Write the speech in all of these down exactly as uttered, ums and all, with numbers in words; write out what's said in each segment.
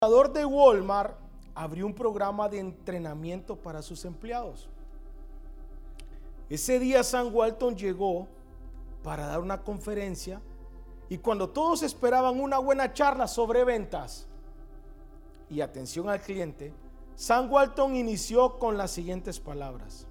fundador de Walmart abrió un programa de entrenamiento para sus empleados. Ese día Sam Walton llegó para dar una conferencia y cuando todos esperaban una buena charla sobre ventas y atención al cliente, Sam Walton inició con las siguientes palabras: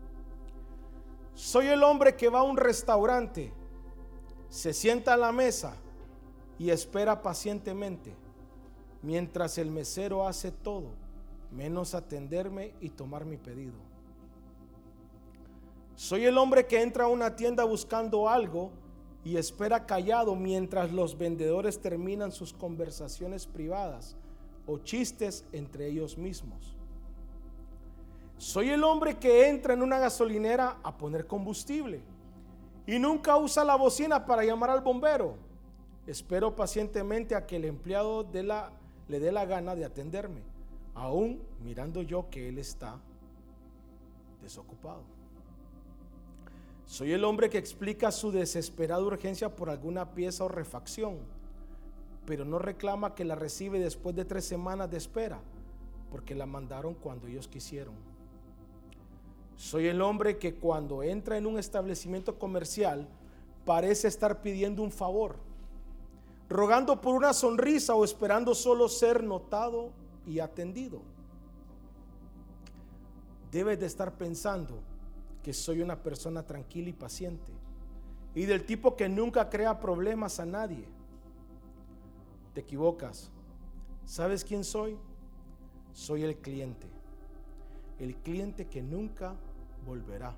soy el hombre que va a un restaurante, se sienta a la mesa y espera pacientemente mientras el mesero hace todo menos atenderme y tomar mi pedido. Soy el hombre que entra a una tienda buscando algo y espera callado mientras los vendedores terminan sus conversaciones privadas o chistes entre ellos mismos. Soy el hombre que entra en una gasolinera a poner combustible y nunca usa la bocina para llamar al bombero. Espero pacientemente a que el empleado de la, le dé la gana de atenderme, aún mirando yo que él está desocupado. Soy el hombre que explica su desesperada urgencia por alguna pieza o refacción, pero no reclama que la recibe después de tres semanas de espera, porque la mandaron cuando ellos quisieron. Soy el hombre que cuando entra en un establecimiento comercial parece estar pidiendo un favor, rogando por una sonrisa o esperando solo ser notado y atendido. Debes de estar pensando que soy una persona tranquila y paciente y del tipo que nunca crea problemas a nadie. Te equivocas. ¿Sabes quién soy? Soy el cliente. El cliente que nunca volverá.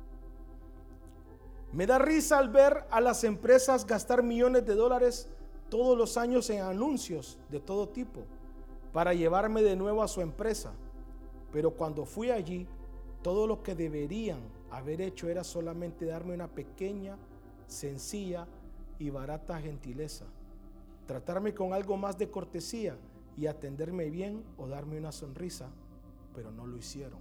Me da risa al ver a las empresas gastar millones de dólares todos los años en anuncios de todo tipo para llevarme de nuevo a su empresa. Pero cuando fui allí, todo lo que deberían haber hecho era solamente darme una pequeña, sencilla y barata gentileza, tratarme con algo más de cortesía y atenderme bien o darme una sonrisa, pero no lo hicieron.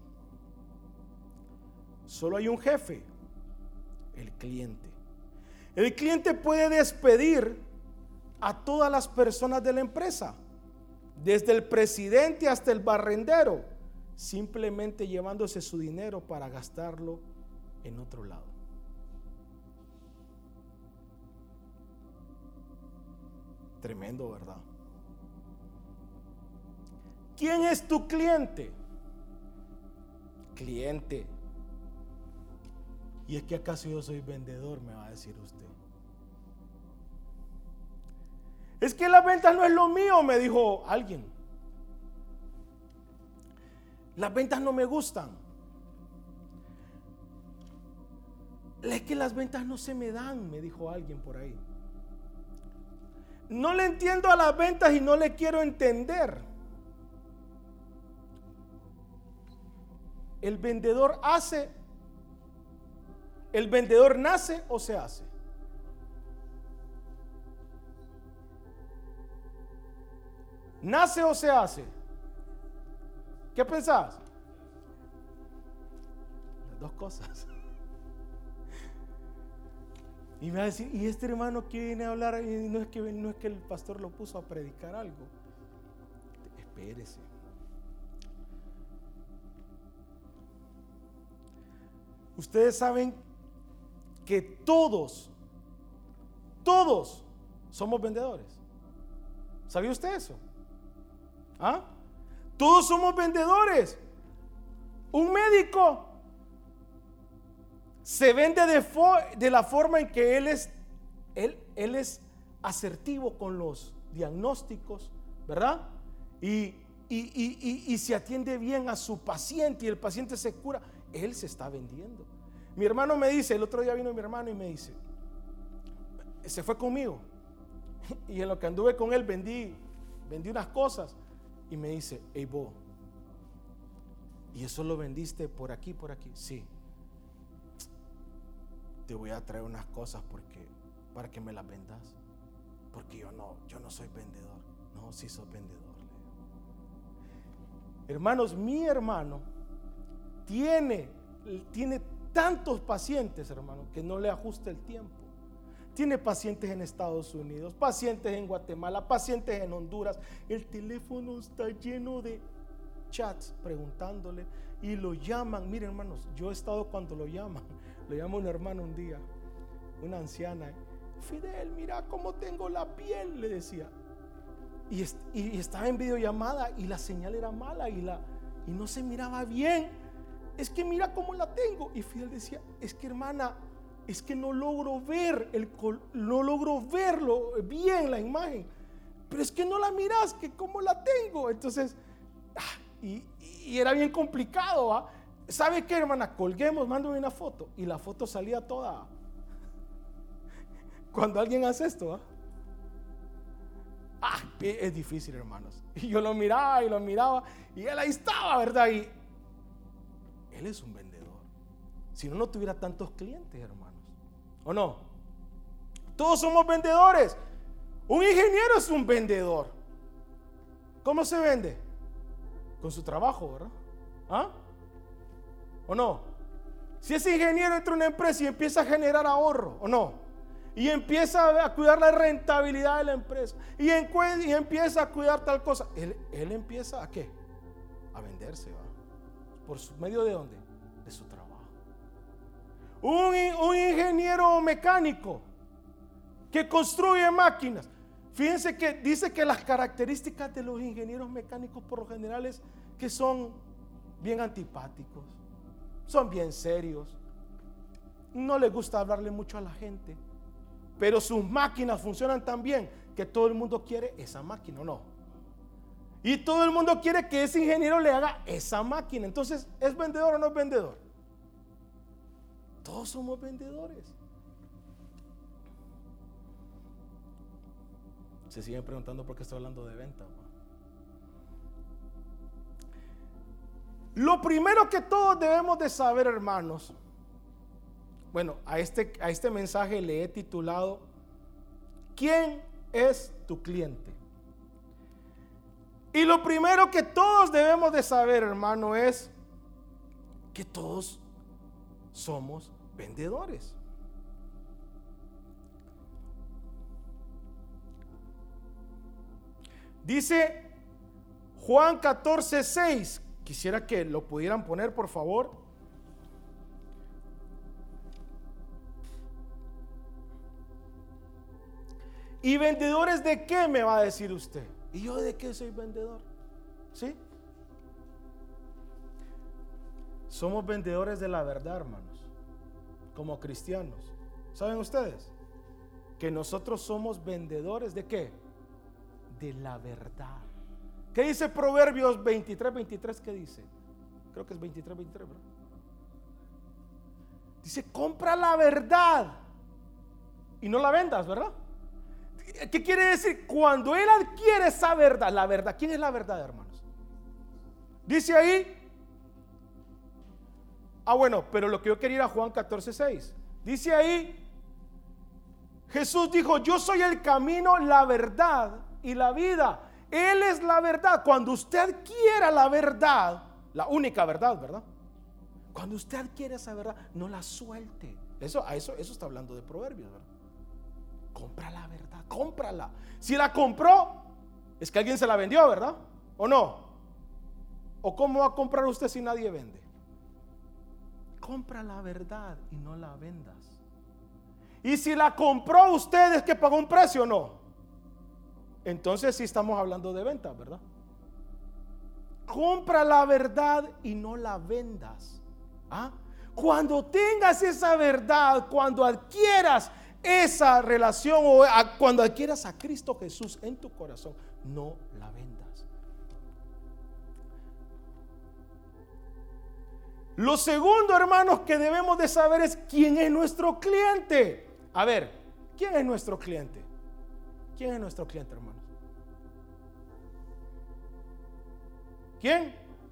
Solo hay un jefe, el cliente. El cliente puede despedir a todas las personas de la empresa, desde el presidente hasta el barrendero, simplemente llevándose su dinero para gastarlo en otro lado. Tremendo, ¿verdad? ¿Quién es tu cliente? Cliente. ¿Y es que acaso yo soy vendedor?, me va a decir usted. Es que las ventas no es lo mío, me dijo alguien. Las ventas no me gustan. Es que las ventas no se me dan, me dijo alguien por ahí. No le entiendo a las ventas y no le quiero entender. El vendedor hace, el vendedor nace o se hace. ¿Nace o se hace? ¿Qué pensás? Las dos cosas. Y me va a decir, ¿y este hermano que viene a hablar? Y no es que, no es que el pastor lo puso a predicar algo. Espérese. Ustedes saben que todos, todos somos vendedores. ¿Sabía usted eso? ¿Ah? Todos somos vendedores. Un médico se vende de, fo- de la forma en que él es, él, él es asertivo con los diagnósticos, ¿verdad? Y, y, y, y, y se atiende bien a su paciente y el paciente se cura. Él se está vendiendo. Mi hermano me dice, el otro día vino mi hermano y me dice, se fue conmigo y en lo que anduve con él vendí, vendí unas cosas. Y me dice, hey vos, ¿y eso lo vendiste por aquí, por aquí? Sí. Te voy a traer unas cosas porque, para que me las vendas. Porque yo no, yo no soy vendedor. No, sí soy vendedor. Hermanos, mi hermano tiene, tiene tantos pacientes, hermano, que no le ajusta el tiempo. tiene pacientes en Estados Unidos, pacientes en Guatemala, pacientes en Honduras. El teléfono está lleno de chats preguntándole y lo llaman. Miren, hermanos, yo he estado cuando lo llaman. Lo llama una hermana un día, una anciana. Fidel, mira cómo tengo la piel, le decía. Y, est- y estaba en videollamada y la señal era mala y, la, y no se miraba bien. Es que mira cómo la tengo. Y Fidel decía, es que hermana, es que no logro ver el col- no logro verlo bien la imagen, pero es que no la miras, que cómo la tengo. Entonces ah, y, y era bien complicado, ¿ah? ¿Sabe qué, hermana? Colguemos, mándame una foto. Y la foto salía toda. Cuando alguien hace esto, ¿ah? Ah, es, es difícil, hermanos. Y yo lo miraba y lo miraba y él ahí estaba, ¿verdad? Y él es un vendedor. Si no, no tuviera tantos clientes, hermanos. ¿O no? Todos somos vendedores. Un ingeniero es un vendedor. ¿Cómo se vende? Con su trabajo, ¿verdad? ¿Ah? ¿O no? Si ese ingeniero entra a una empresa y empieza a generar ahorro, ¿o no? Y empieza a cuidar la rentabilidad de la empresa y, en, y empieza a cuidar tal cosa, él, él empieza a ¿qué? A venderse, ¿va? ¿Por su medio de dónde? De su trabajo. Un, un ingeniero mecánico que construye máquinas. Fíjense que dice que las características de los ingenieros mecánicos por lo general es que son bien antipáticos, son bien serios, no les gusta hablarle mucho a la gente, pero sus máquinas funcionan tan bien que todo el mundo quiere esa máquina, ¿o no? Y todo el mundo quiere que ese ingeniero le haga esa máquina. Entonces, ¿es vendedor o no es vendedor? Todos somos vendedores. Se siguen preguntando por qué estoy hablando de venta. Lo primero que todos debemos de saber, hermanos, bueno, a este, a este mensaje le he titulado ¿quién es tu cliente? Y lo primero que todos debemos de saber, hermano, es que todos somos vendedores. Dice Juan catorce seis. Quisiera que lo pudieran poner, por favor. ¿Y vendedores de qué, me va a decir usted? ¿Y yo de qué soy vendedor? ¿Sí? Somos vendedores de la verdad, hermanos, como cristianos. ¿Saben ustedes? Que nosotros somos vendedores de qué? De la verdad. ¿Qué dice Proverbios veintitrés, veintitrés? ¿Qué dice? Creo que es veintitrés, veintitrés, ¿verdad? Dice, compra la verdad y no la vendas, ¿verdad? ¿Qué quiere decir? Cuando él adquiere esa verdad, la verdad, ¿quién es la verdad, hermanos? Dice ahí, ah bueno, pero lo que yo quería era Juan catorce seis. Dice ahí, Jesús dijo, yo soy el camino, la verdad y la vida. Él es la verdad. Cuando usted adquiera la verdad, la única verdad, ¿verdad? Cuando usted adquiere esa verdad, no la suelte. Eso, a eso, eso está hablando de Proverbios, ¿verdad? Compra la verdad, cómprala. Si la compró, es que alguien se la vendió, ¿verdad? ¿O no? ¿O cómo va a comprar usted si nadie vende? Compra la verdad y no la vendas. Y si la compró usted, es que pagó un precio, ¿o no? Entonces sí estamos hablando de venta, ¿verdad? Compra la verdad y no la vendas. ¿Ah? Cuando tengas esa verdad, cuando adquieras esa relación o a, cuando adquieras a Cristo Jesús en tu corazón, no la vendas. Lo segundo, hermanos, que debemos de saber es quién es nuestro cliente. A ver, ¿quién es nuestro cliente? ¿Quién es nuestro cliente, hermanos? ¿Quién?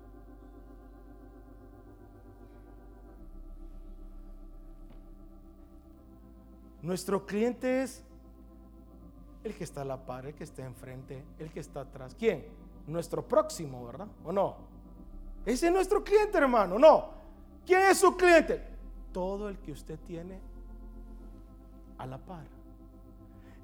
Nuestro cliente es el que está a la par, el que está enfrente, el que está atrás. ¿Quién? Nuestro próximo, ¿verdad? ¿O no? Ese es nuestro cliente, hermano. No. ¿Quién es su cliente? Todo el que usted tiene a la par.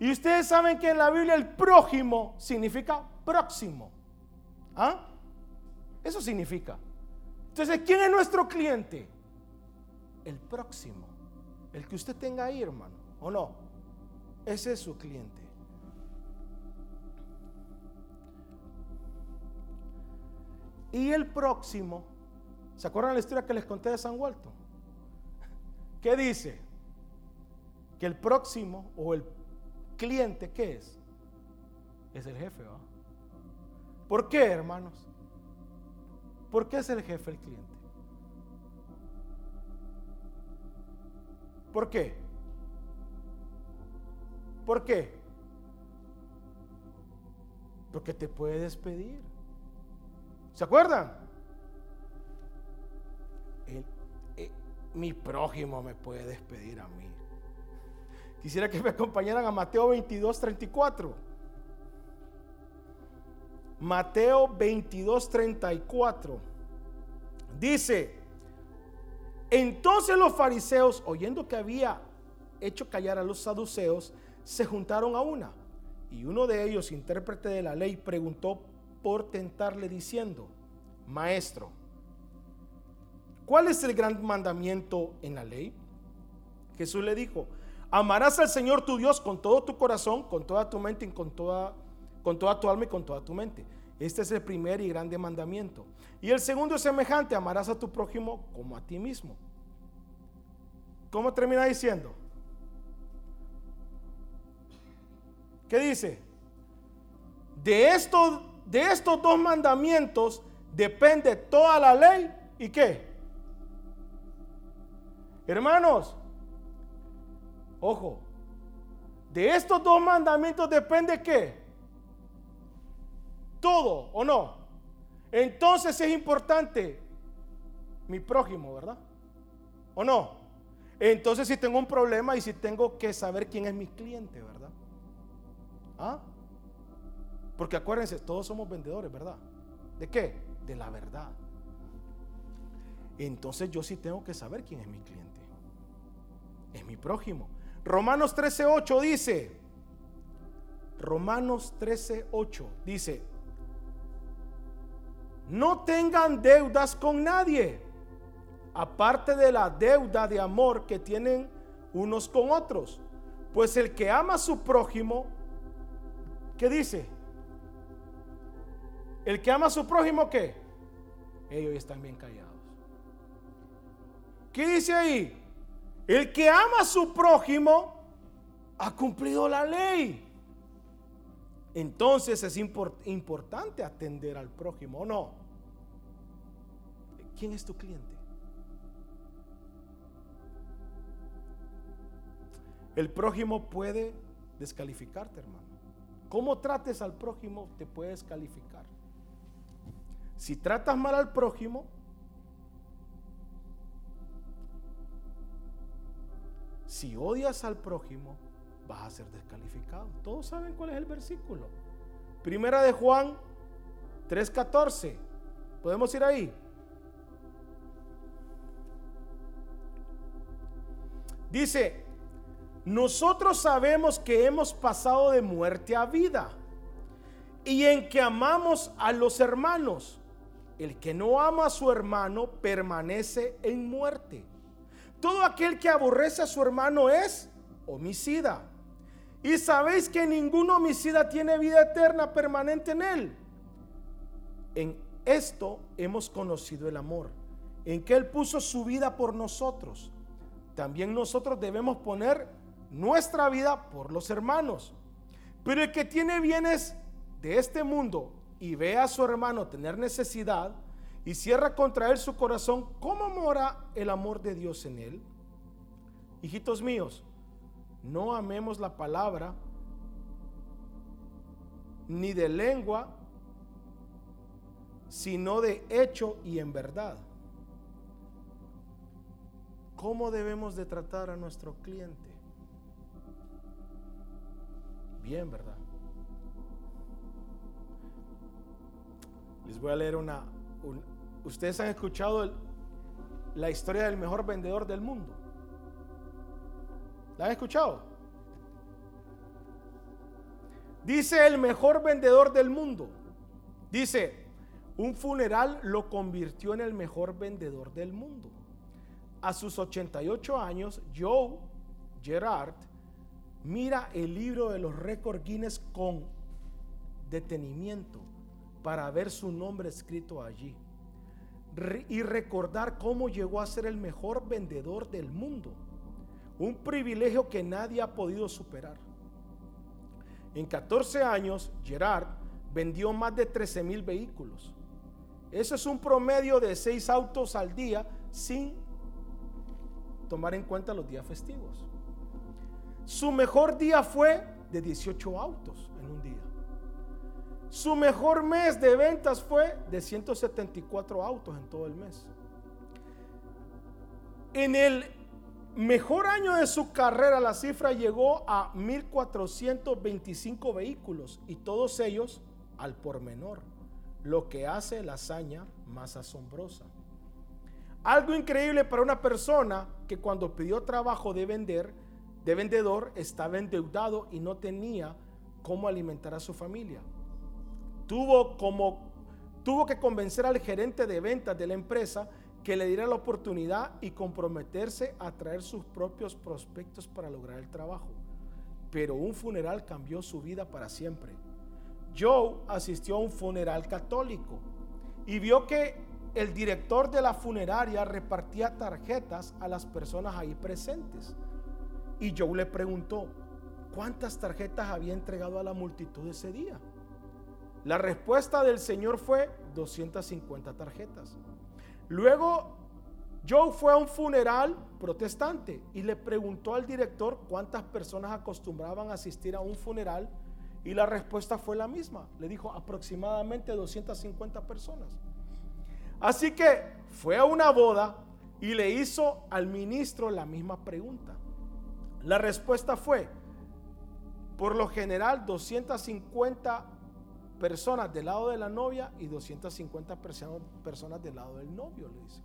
Y ustedes saben que en la Biblia el prójimo significa próximo. ¿Ah? Eso significa. Entonces, ¿quién es nuestro cliente? El próximo. El que usted tenga ahí, hermano, ¿o no? Ese es su cliente. Y el próximo, ¿se acuerdan la historia que les conté de San Walton? ¿Qué dice? Que el próximo o el cliente, ¿qué es? Es el jefe, ¿va? ¿Por qué, hermanos? ¿Por qué es el jefe el cliente? ¿Por qué? ¿Por qué? Porque te puede despedir. ¿Se acuerdan? El, el, mi prójimo me puede despedir a mí. Quisiera que me acompañaran a Mateo veintidós, treinta y cuatro. Mateo veintidós, treinta y cuatro. Dice: entonces los fariseos, oyendo que había hecho callar a los saduceos, se juntaron a una. Y uno de ellos, intérprete de la ley, preguntó por tentarle diciendo: maestro, ¿cuál es el gran mandamiento en la ley? Jesús le dijo: amarás al Señor tu Dios con todo tu corazón, con toda tu mente y con toda, con toda tu alma y con toda tu mente. Este es el primer y grande mandamiento. Y el segundo es semejante: amarás a tu prójimo como a ti mismo. ¿Cómo termina diciendo? ¿Qué dice? De estos, de estos dos mandamientos depende toda la ley. ¿Y qué? Hermanos, ojo, de estos dos mandamientos depende ¿qué? Todo, ¿o no? Entonces es importante mi prójimo, ¿verdad? ¿O no? Entonces si tengo un problema y si tengo que saber quién es mi cliente, ¿verdad? ¿Ah? Porque acuérdense, todos somos vendedores, ¿verdad? ¿De qué? De la verdad. Entonces yo sí tengo que saber quién es mi cliente. Es mi prójimo. Romanos trece ocho dice, Romanos trece ocho dice: no tengan deudas con nadie, aparte de la deuda de amor que tienen unos con otros. Pues el que ama a su prójimo, ¿qué dice? El que ama a su prójimo, ¿qué? Ellos están bien callados. ¿Qué dice ahí? El que ama a su prójimo ha cumplido la ley. Entonces es import- importante atender al prójimo, ¿o no? ¿Quién es tu cliente? El prójimo puede descalificarte, hermano. ¿Cómo trates al prójimo te puede descalificar? Si tratas mal al prójimo, si odias al prójimo, vas a ser descalificado. Todos saben cuál es el versículo. Primera de Juan tres catorce. ¿Podemos ir ahí? Dice: nosotros sabemos que hemos pasado de muerte a vida y en que amamos a los hermanos. El que no ama a su hermano permanece en muerte. Todo aquel que aborrece a su hermano es homicida. Y sabéis que ningún homicida tiene vida eterna permanente en él. En esto hemos conocido el amor, en que él puso su vida por nosotros. También nosotros debemos poner nuestra vida por los hermanos. Pero el que tiene bienes de este mundo y ve a su hermano tener necesidad y cierra contra él su corazón, ¿cómo mora el amor de Dios en él? Hijitos míos, no amemos la palabra ni de lengua, sino de hecho y en verdad. ¿Cómo debemos de tratar a nuestro cliente? Bien, ¿verdad? Les voy a leer una, un, ustedes han escuchado el, la historia del mejor vendedor del mundo. ¿La han escuchado? Dice el mejor vendedor del mundo. Dice, un funeral lo convirtió en el mejor vendedor del mundo. A sus ochenta y ocho años, Joe Girard mira el libro de los récords Guinness con detenimiento para ver su nombre escrito allí y recordar cómo llegó a ser el mejor vendedor del mundo, un privilegio que nadie ha podido superar. En catorce años, Girard vendió más de trece mil vehículos. Eso es un promedio de seis autos al día, sin tomar en cuenta los días festivos. Su mejor día fue de dieciocho autos en un día. Su mejor mes de ventas fue de ciento setenta y cuatro autos en todo el mes. En el mejor año de su carrera, la cifra llegó a mil cuatrocientos veinticinco vehículos, y todos ellos al por menor, lo que hace la hazaña más asombrosa. Algo increíble para una persona que cuando pidió trabajo de vender, de vendedor, estaba endeudado y no tenía cómo alimentar a su familia. Tuvo, como, tuvo que convencer al gerente de ventas de la empresa que le diera la oportunidad y comprometerse a traer sus propios prospectos para lograr el trabajo. Pero un funeral cambió su vida para siempre. Joe asistió a un funeral católico y vio que el director de la funeraria repartía tarjetas a las personas ahí presentes. Y Joe le preguntó, ¿cuántas tarjetas había entregado a la multitud ese día? La respuesta del señor fue doscientas cincuenta tarjetas. Luego Joe fue a un funeral protestante y le preguntó al director cuántas personas acostumbraban a asistir a un funeral, y la respuesta fue la misma. Le dijo aproximadamente doscientas cincuenta personas. Así que fue a una boda y le hizo al ministro la misma pregunta. La respuesta fue, por lo general, doscientas cincuenta personas del lado de la novia y doscientas cincuenta personas del lado del novio, le dice.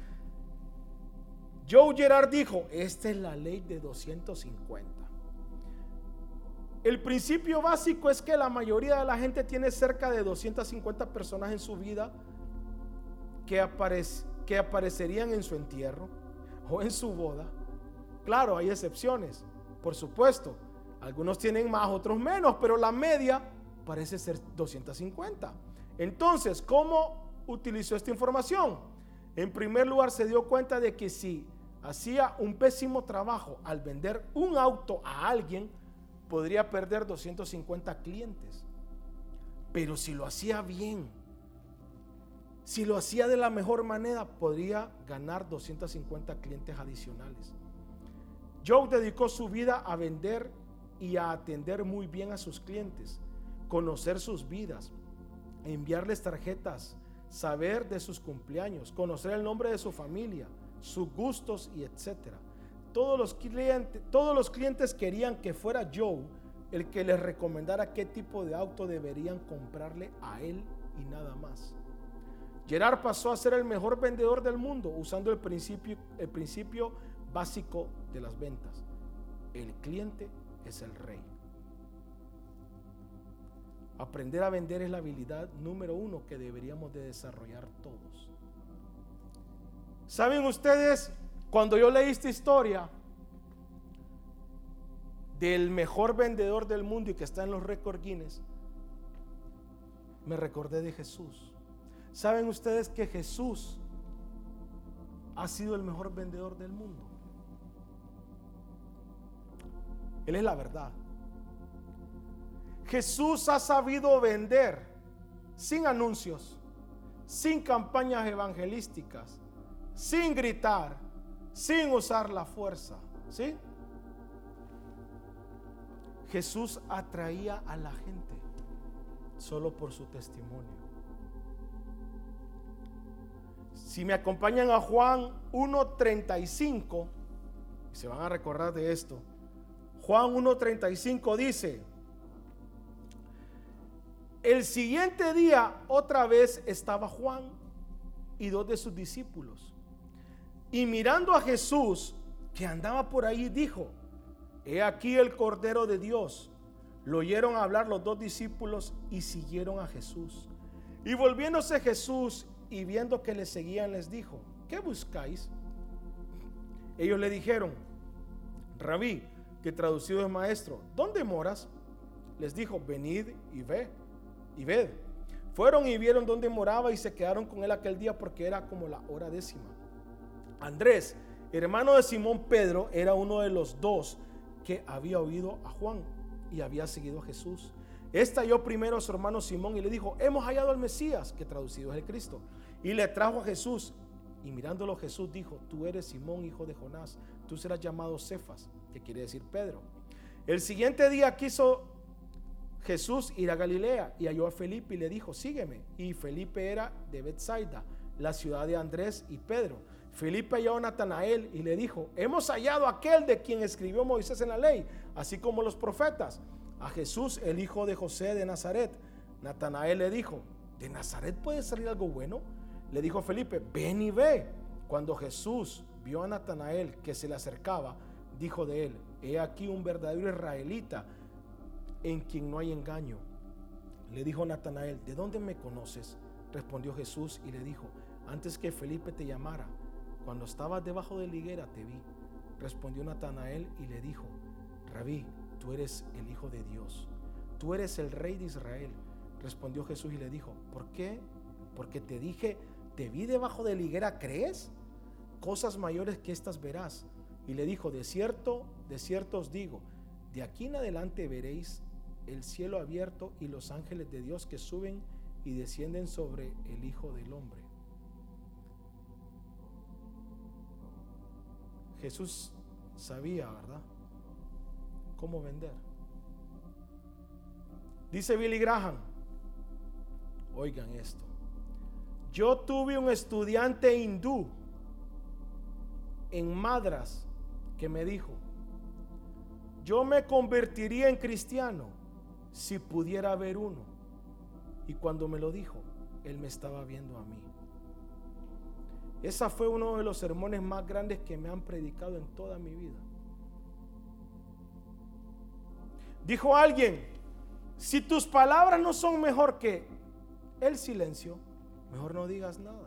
Joe Girard dijo, esta es la ley de doscientos cincuenta. El principio básico es que la mayoría de la gente tiene cerca de doscientas cincuenta personas en su vida que, aparec- que aparecerían en su entierro o en su boda. Claro, hay excepciones, por supuesto. Algunos tienen más, otros menos, pero la media parece ser doscientas cincuenta. Entonces, ¿cómo utilizó esta información? En primer lugar, se dio cuenta de que si hacía un pésimo trabajo al vender un auto a alguien, podría perder doscientos cincuenta clientes. Pero si lo hacía bien, si lo hacía de la mejor manera, podría ganar doscientos cincuenta clientes adicionales. Joe dedicó su vida a vender y a atender muy bien a sus clientes, conocer sus vidas, enviarles tarjetas, saber de sus cumpleaños, conocer el nombre de su familia, sus gustos y etcétera. Todos los clientes, todos los clientes querían que fuera Joe el que les recomendara qué tipo de auto deberían comprarle a él y nada más. Girard pasó a ser el mejor vendedor del mundo usando el principio, el principio básico de las ventas. El cliente es el rey. Aprender a vender es la habilidad número uno que deberíamos de desarrollar todos. ¿Saben ustedes? Cuando yo leí esta historia del mejor vendedor del mundo y que está en los récords Guinness, me recordé de Jesús. ¿Saben ustedes que Jesús ha sido el mejor vendedor del mundo? Él es la verdad. Jesús ha sabido vender sin anuncios, sin campañas evangelísticas, sin gritar, sin usar la fuerza, ¿sí? Jesús atraía a la gente solo por su testimonio. Si me acompañan a Juan uno treinta y cinco, y se van a recordar de esto, Juan uno treinta y cinco dice: el siguiente día otra vez estaba Juan y dos de sus discípulos, y mirando a Jesús que andaba por ahí, dijo: he aquí el Cordero de Dios. Lo oyeron hablar los dos discípulos y siguieron a Jesús. Y volviéndose Jesús y viendo que le seguían, les dijo: ¿qué buscáis? Ellos le dijeron: Rabí, que traducido es maestro, ¿dónde moras? Les dijo: venid y ve y ved. Fueron y vieron dónde moraba y se quedaron con él aquel día, porque era como la hora décima. Andrés, hermano de Simón Pedro, era uno de los dos que había oído a Juan y había seguido a Jesús. Este halló primero a su hermano Simón y le dijo: hemos hallado al Mesías, que traducido es el Cristo. Y le trajo a Jesús. Y mirándolo Jesús dijo: tú eres Simón, hijo de Jonás, tú serás llamado Cefas, que quiere decir Pedro. El siguiente día quiso Jesús ir a Galilea y halló a Felipe y le dijo: sígueme. Y Felipe era de Betsaida, la ciudad de Andrés y Pedro. Felipe halló a Natanael y le dijo: hemos hallado a aquel de quien escribió Moisés en la ley, así como los profetas, a Jesús, el hijo de José de Nazaret. Natanael le dijo: ¿de Nazaret puede salir algo bueno? Le dijo Felipe: ven y ve. Cuando Jesús vio a Natanael que se le acercaba, dijo de él: he aquí un verdadero israelita, en quien no hay engaño. Le dijo Natanael: ¿de dónde me conoces? Respondió Jesús y le dijo: antes que Felipe te llamara, cuando estabas debajo de la higuera te vi. Respondió Natanael y le dijo: Rabí, tú eres el Hijo de Dios, tú eres el Rey de Israel. Respondió Jesús y le dijo: ¿por qué? Porque te dije, te vi debajo de la higuera, ¿crees? Cosas mayores que estas verás. Y le dijo: de cierto, de cierto os digo, de aquí en adelante veréis el cielo abierto y los ángeles de Dios que suben y descienden sobre el Hijo del Hombre. Jesús sabía, ¿verdad?, cómo vender. Dice Billy Graham, oigan esto: yo tuve un estudiante hindú en Madras que me dijo: yo me convertiría en cristiano si pudiera ver uno. Y cuando me lo dijo, él me estaba viendo a mí. Ese fue uno de los sermones más grandes que me han predicado en toda mi vida. Dijo alguien: si tus palabras no son mejor que el silencio, mejor no digas nada.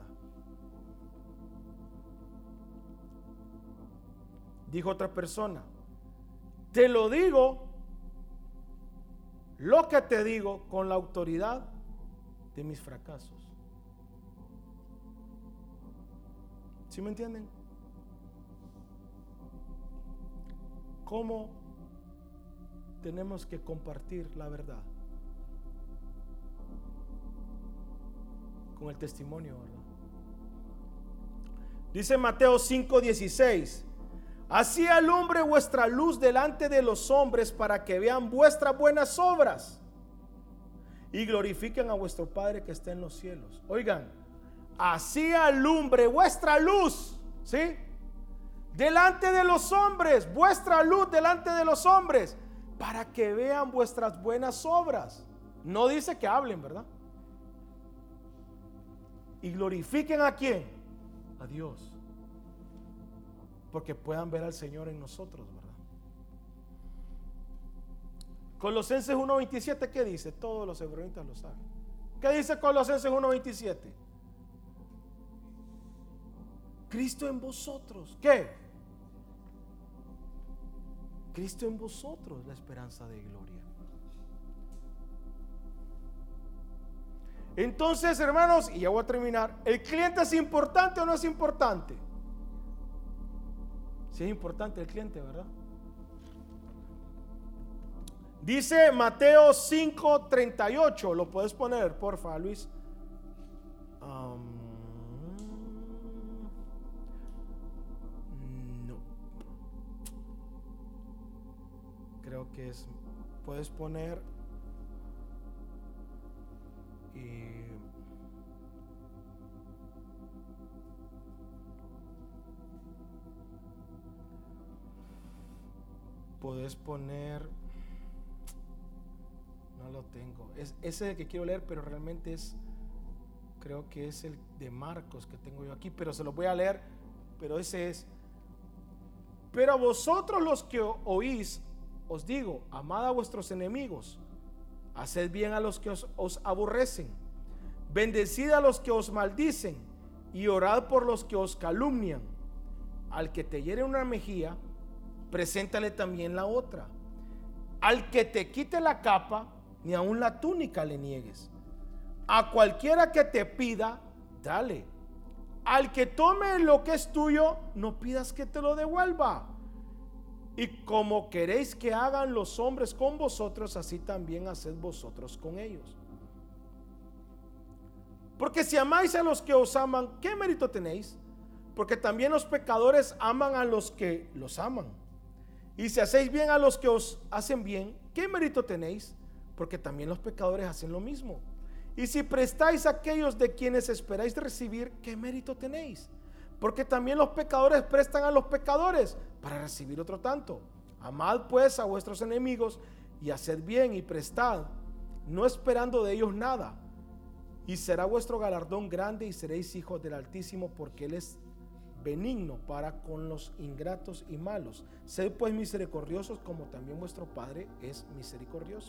Dijo otra persona: te lo digo, lo que te digo, con la autoridad de mis fracasos. ¿Sí me entienden? ¿Cómo tenemos que compartir la verdad? Con el testimonio, ¿verdad? Dice Mateo cinco dieciséis: así alumbre vuestra luz delante de los hombres, para que vean vuestras buenas obras y glorifiquen a vuestro Padre que está en los cielos. Oigan, así alumbre vuestra luz, ¿sí?, delante de los hombres, vuestra luz delante de los hombres, para que vean vuestras buenas obras. No dice que hablen, ¿verdad? Y glorifiquen ¿a quién? A Dios, porque puedan ver al Señor en nosotros, ¿verdad? Colosenses uno veintisiete, ¿qué dice? Todos los hebreítas lo saben. ¿Qué dice Colosenses uno veintisiete? Cristo en vosotros, ¿qué? Cristo en vosotros, la esperanza de gloria. Entonces, hermanos, y ya voy a terminar, ¿el cliente es importante o no es importante? Sí es importante el cliente, ¿verdad? Dice Mateo cinco treinta y ocho, lo puedes poner, porfa, Luis. Um, no. Creo que es, puedes poner y puedes poner, no lo tengo, es ese el que quiero leer, pero realmente es, creo que es el de Marcos que tengo yo aquí, pero se lo voy a leer, pero ese es: pero vosotros los que oís os digo, amad a vuestros enemigos, haced bien a los que os, os aborrecen, bendecid a los que os maldicen y orad por los que os calumnian. Al que te hiere una mejilla, preséntale también la otra. Al que te quite la capa, ni aun la túnica le niegues. A cualquiera que te pida, dale. Al que tome lo que es tuyo, no pidas que te lo devuelva. Y como queréis que hagan los hombres con vosotros, así también haced vosotros con ellos. Porque si amáis a los que os aman, ¿qué mérito tenéis? Porque también los pecadores aman a los que los aman. Y si hacéis bien a los que os hacen bien, ¿qué mérito tenéis? Porque también los pecadores hacen lo mismo. Y si prestáis a aquellos de quienes esperáis recibir, ¿qué mérito tenéis? Porque también los pecadores prestan a los pecadores para recibir otro tanto. Amad pues a vuestros enemigos y haced bien y prestad, no esperando de ellos nada. Y será vuestro galardón grande y seréis hijos del Altísimo, porque Él es benigno para con los ingratos y malos. Sed pues misericordiosos como también vuestro Padre es misericordioso.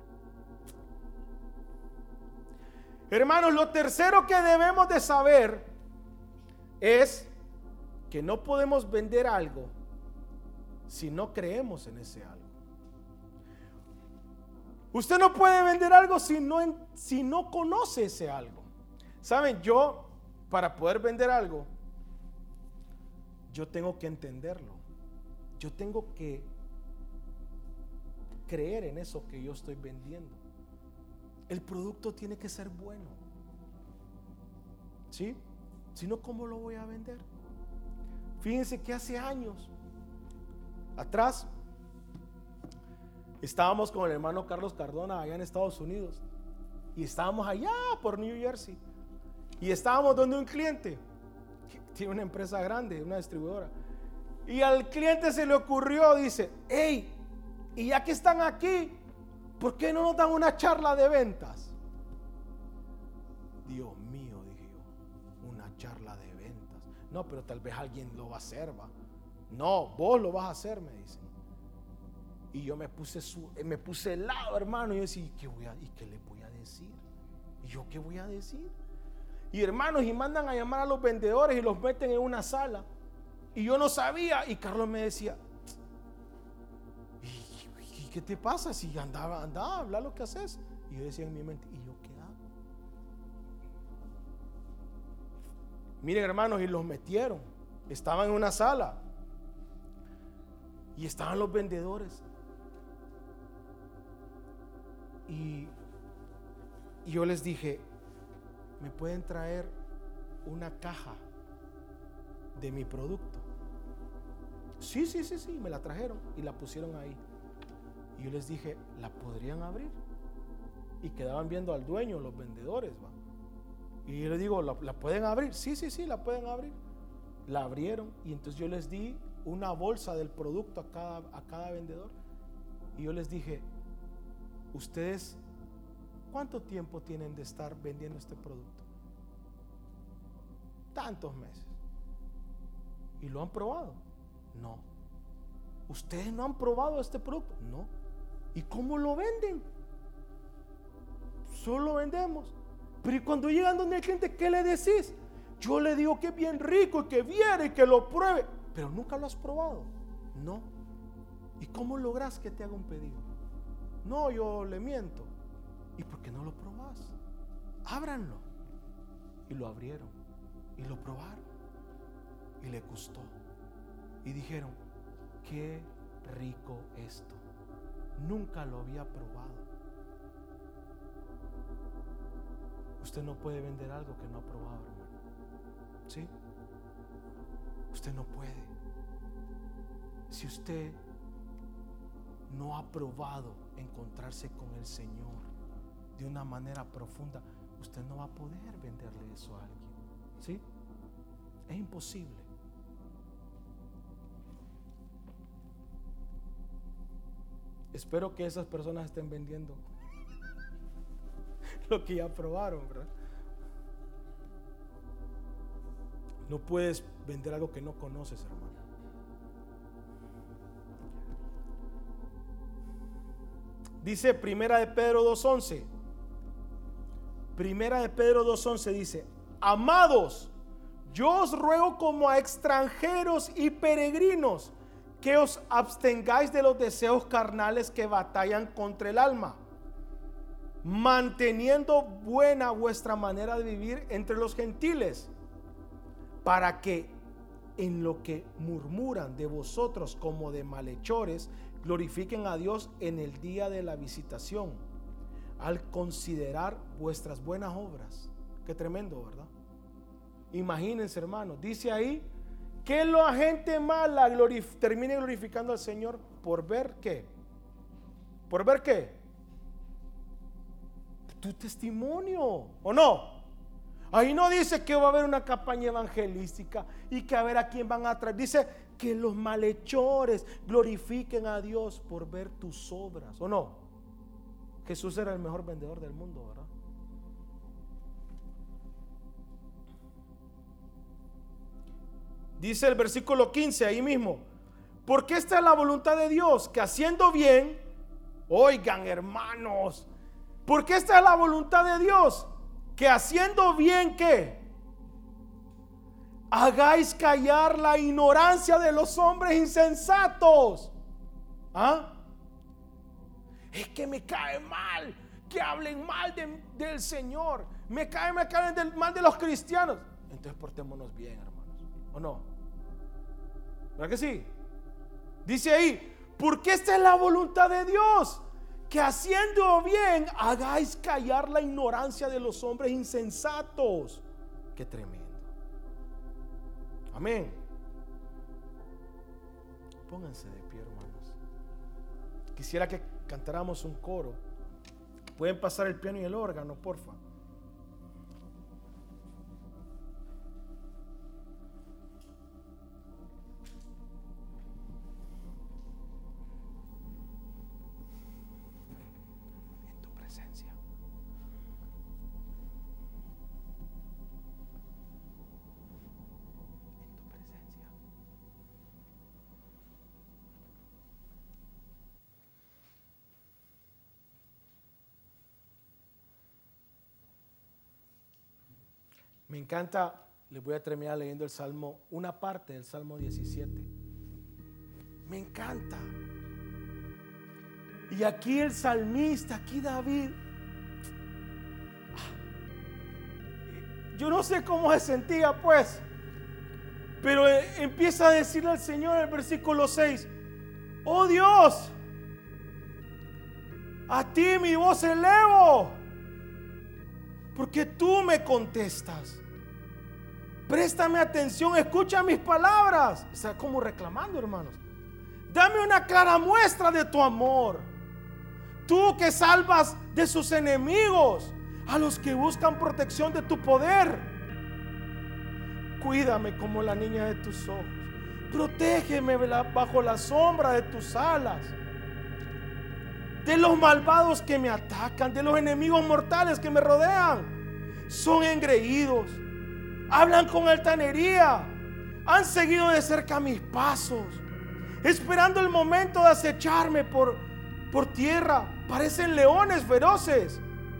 Hermanos, lo tercero que debemos de saber es que no podemos vender algo si no creemos en ese algo. Usted no puede vender algo si no, si no conoce ese algo. Saben, yo para poder vender algo, yo tengo que entenderlo. Yo tengo que creer en eso que yo estoy vendiendo. El producto tiene que ser bueno. ¿Sí? Si no, ¿cómo lo voy a vender? Fíjense que hace años atrás estábamos con el hermano Carlos Cardona allá en Estados Unidos. Y estábamos allá por New Jersey. Y estábamos donde un cliente que tiene una empresa grande, una distribuidora. Y al cliente se le ocurrió, dice, hey, y ya que están aquí, ¿por qué no nos dan una charla de ventas? Dios mío, dije yo, una charla de ventas. No, pero tal vez alguien lo va a hacer, va. No, vos lo vas a hacer, me dicen. Y yo me puse su, me puse helado, hermano. Y yo decía, ¿y qué, voy a, ¿y qué le voy a decir? ¿Y yo qué voy a decir? Y hermanos, y mandan a llamar a los vendedores y los meten en una sala. Y yo no sabía. Y Carlos me decía, ¿y, y qué te pasa? Si andaba, andaba, habla lo que haces. Y yo decía en mi mente, ¿y yo qué hago? Miren, hermanos, y los metieron. Estaban en una sala. Y estaban los vendedores. Y, y yo les dije, ¿me pueden traer una caja de mi producto? Sí, sí, sí, sí, me la trajeron y la pusieron ahí. Y yo les dije, ¿la podrían abrir? Y quedaban viendo al dueño, los vendedores, ¿va? Y yo les digo, ¿la, ¿la pueden abrir? Sí, sí, sí, la pueden abrir. La abrieron y entonces yo les di una bolsa del producto a cada, a cada vendedor. Y yo les dije, ¿ustedes cuánto tiempo tienen de estar vendiendo este producto? Tantos meses. ¿Y lo han probado? No. ¿Ustedes no han probado este producto? No. ¿Y cómo lo venden? Solo vendemos. Pero ¿y cuando llegan donde el cliente, qué le decís? Yo le digo que es bien rico y que viene y que lo pruebe. Pero nunca lo has probado. No. ¿Y cómo logras que te haga un pedido? No, yo le miento. ¿Y por qué no lo probás? Ábranlo. Y lo abrieron. Y lo probaron. Y le gustó. Y dijeron, qué rico esto. Nunca lo había probado. Usted no puede vender algo que no ha probado, hermano. ¿Sí? Usted no puede. Si usted no ha probado encontrarse con el Señor de una manera profunda, usted no va a poder venderle eso a alguien. ¿Sí? Es imposible. Espero que esas personas estén vendiendo lo que ya probaron, ¿verdad? No puedes vender algo que no conoces, hermano. Dice Primera de Pedro dos once. Primera de Pedro dos once dice: amados, yo os ruego como a extranjeros y peregrinos que os abstengáis de los deseos carnales que batallan contra el alma, manteniendo buena vuestra manera de vivir entre los gentiles, para que en lo que murmuran de vosotros como de malhechores, glorifiquen a Dios en el día de la visitación, al considerar vuestras buenas obras. Qué tremendo, ¿verdad? Imagínense, hermanos, dice ahí que la gente mala glorif- termine glorificando al Señor por ver qué. ¿Por ver qué? Tu testimonio, ¿o no? Ahí no dice que va a haber una campaña evangelística y que a ver a quién van a traer. Dice que los malhechores glorifiquen a Dios por ver tus obras, ¿o no? Jesús era el mejor vendedor del mundo, ¿verdad? Dice el versículo quince ahí mismo: porque esta es la voluntad de Dios, que haciendo bien, oigan, hermanos, porque esta es la voluntad de Dios, que haciendo bien, ¿qué? Hagáis callar la ignorancia de los hombres insensatos. ¿Ah? Es que me cae mal que hablen mal de, del Señor. Me cae, me caen del, mal de los cristianos. Entonces portémonos bien, hermanos, ¿o no? ¿Verdad que sí? Dice ahí: porque esta es la voluntad de Dios, que haciendo bien hagáis callar la ignorancia de los hombres insensatos. Qué tremendo. Amén. Pónganse de pie, hermanos. Quisiera que cantáramos un coro. Pueden pasar el piano y el órgano, porfa. Me encanta, les voy a terminar leyendo el Salmo, una parte del Salmo diecisiete. Me encanta. Y aquí el salmista, aquí David, yo no sé cómo se sentía pues, pero empieza a decirle al Señor en el versículo seis: oh Dios, a ti mi voz elevo, porque tú me contestas. Préstame atención, escucha mis palabras. Está como reclamando, hermanos. Dame una clara muestra de tu amor. Tú que salvas de sus enemigos a los que buscan protección de tu poder. Cuídame como la niña de tus ojos. Protégeme bajo la sombra de tus alas. De los malvados que me atacan, de los enemigos mortales que me rodean. Son engreídos, hablan con altanería, han seguido de cerca mis pasos, esperando el momento de acecharme por, por tierra. Parecen leones feroces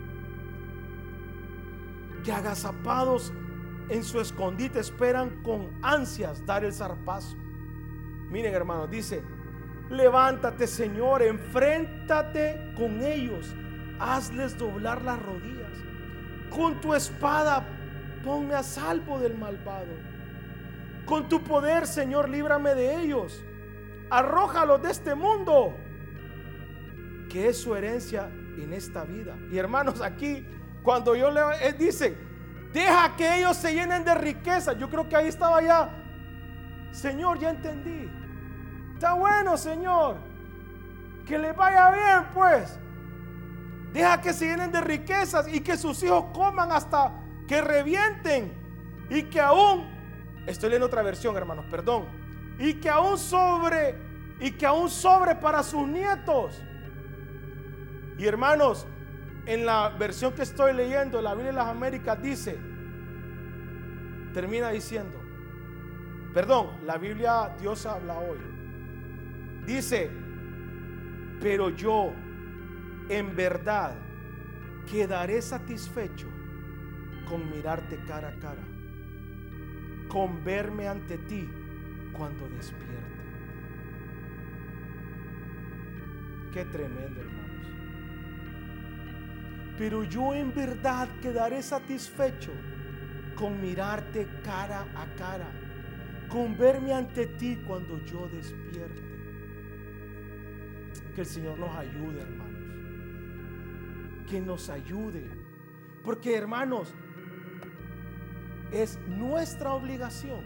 que agazapados en su escondite esperan con ansias dar el zarpazo. Miren, hermanos, dice: levántate, Señor, enfréntate con ellos, hazles doblar las rodillas. Con tu espada ponme a salvo del malvado. Con tu poder, Señor, líbrame de ellos. Arrójalos de este mundo, que es su herencia en esta vida. Y hermanos, aquí cuando yo leo, él dice: deja que ellos se llenen de riqueza. Yo creo que ahí estaba ya: Señor, ya entendí. Está bueno, Señor, que les vaya bien pues. Deja que se llenen de riquezas y que sus hijos coman hasta que revienten, y que aún, estoy leyendo otra versión, hermanos, perdón, y que aún sobre y que aún sobre para sus nietos. Y hermanos, en la versión que estoy leyendo, la Biblia de las Américas, dice, termina diciendo, perdón, la Biblia Dios habla hoy, dice: pero yo en verdad quedaré satisfecho con mirarte cara a cara, con verme ante ti cuando despierte. Qué tremendo, hermanos. Pero yo en verdad quedaré satisfecho con mirarte cara a cara, con verme ante ti cuando yo despierte. Que el Señor nos ayude, hermanos. Que nos ayude. Porque, hermanos, es nuestra obligación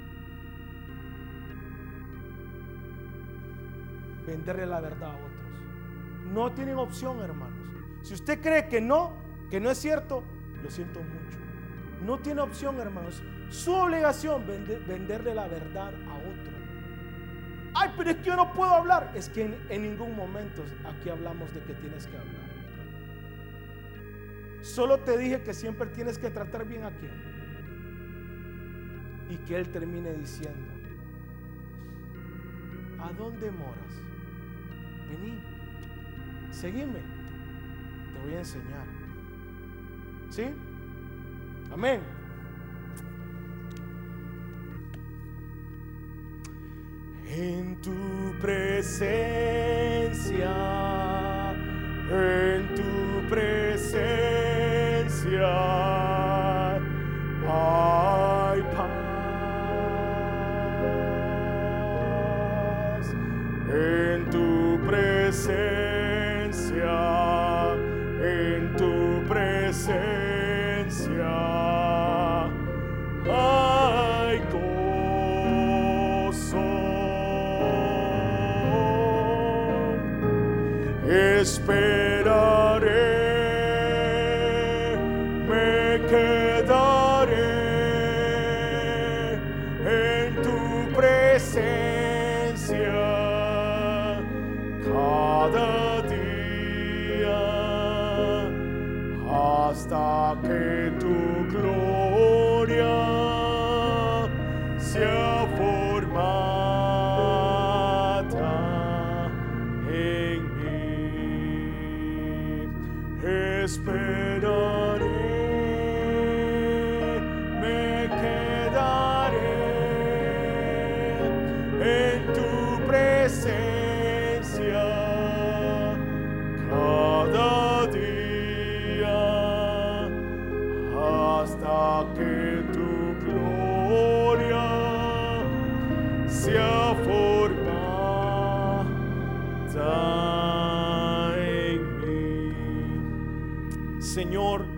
venderle la verdad a otros. No tienen opción, hermanos. Si usted cree que no, que no es cierto, lo siento mucho. No tiene opción, hermanos. Su obligación vender, venderle la verdad a otro. Ay, pero es que yo no puedo hablar. Es que en, en ningún momento aquí hablamos de que tienes que hablar. Solo te dije que siempre tienes que tratar bien a quien. Y que Él termine diciendo: ¿a dónde moras? Vení, seguime, te voy a enseñar. ¿Sí? Amén. En tu presencia, en tu presencia hay paz. En tu presencia, en tu presencia hay gozo. Esperaré, me quedaré en tu presencia cada día hasta que tu gloria sea formada en mí. Esperaré, me quedaré en tu presencia cada día hasta que tu gloria sea formada en mí. Señor,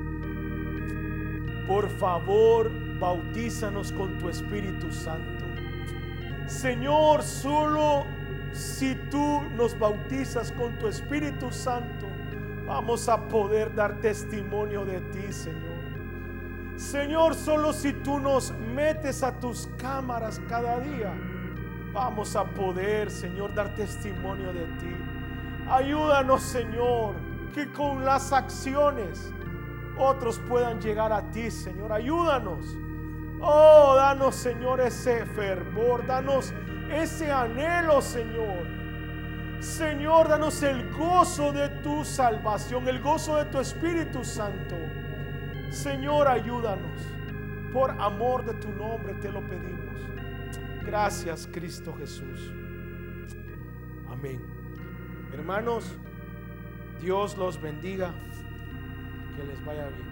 por favor, bautízanos con tu Espíritu Santo. Señor, solo si tú nos bautizas con tu Espíritu Santo, vamos a poder dar testimonio de ti, Señor. Señor, solo si tú nos metes a tus cámaras cada día, vamos a poder, Señor, dar testimonio de ti. Ayúdanos, Señor, que con las acciones otros puedan llegar a ti, Señor. Ayúdanos. Oh, danos, Señor, ese fervor, danos ese anhelo, Señor. Señor, danos el gozo de tu salvación, el gozo de tu Espíritu Santo. Señor, ayúdanos. Por amor de tu nombre te lo pedimos. Gracias, Cristo Jesús. Amén. Hermanos, Dios los bendiga. Que les vaya bien.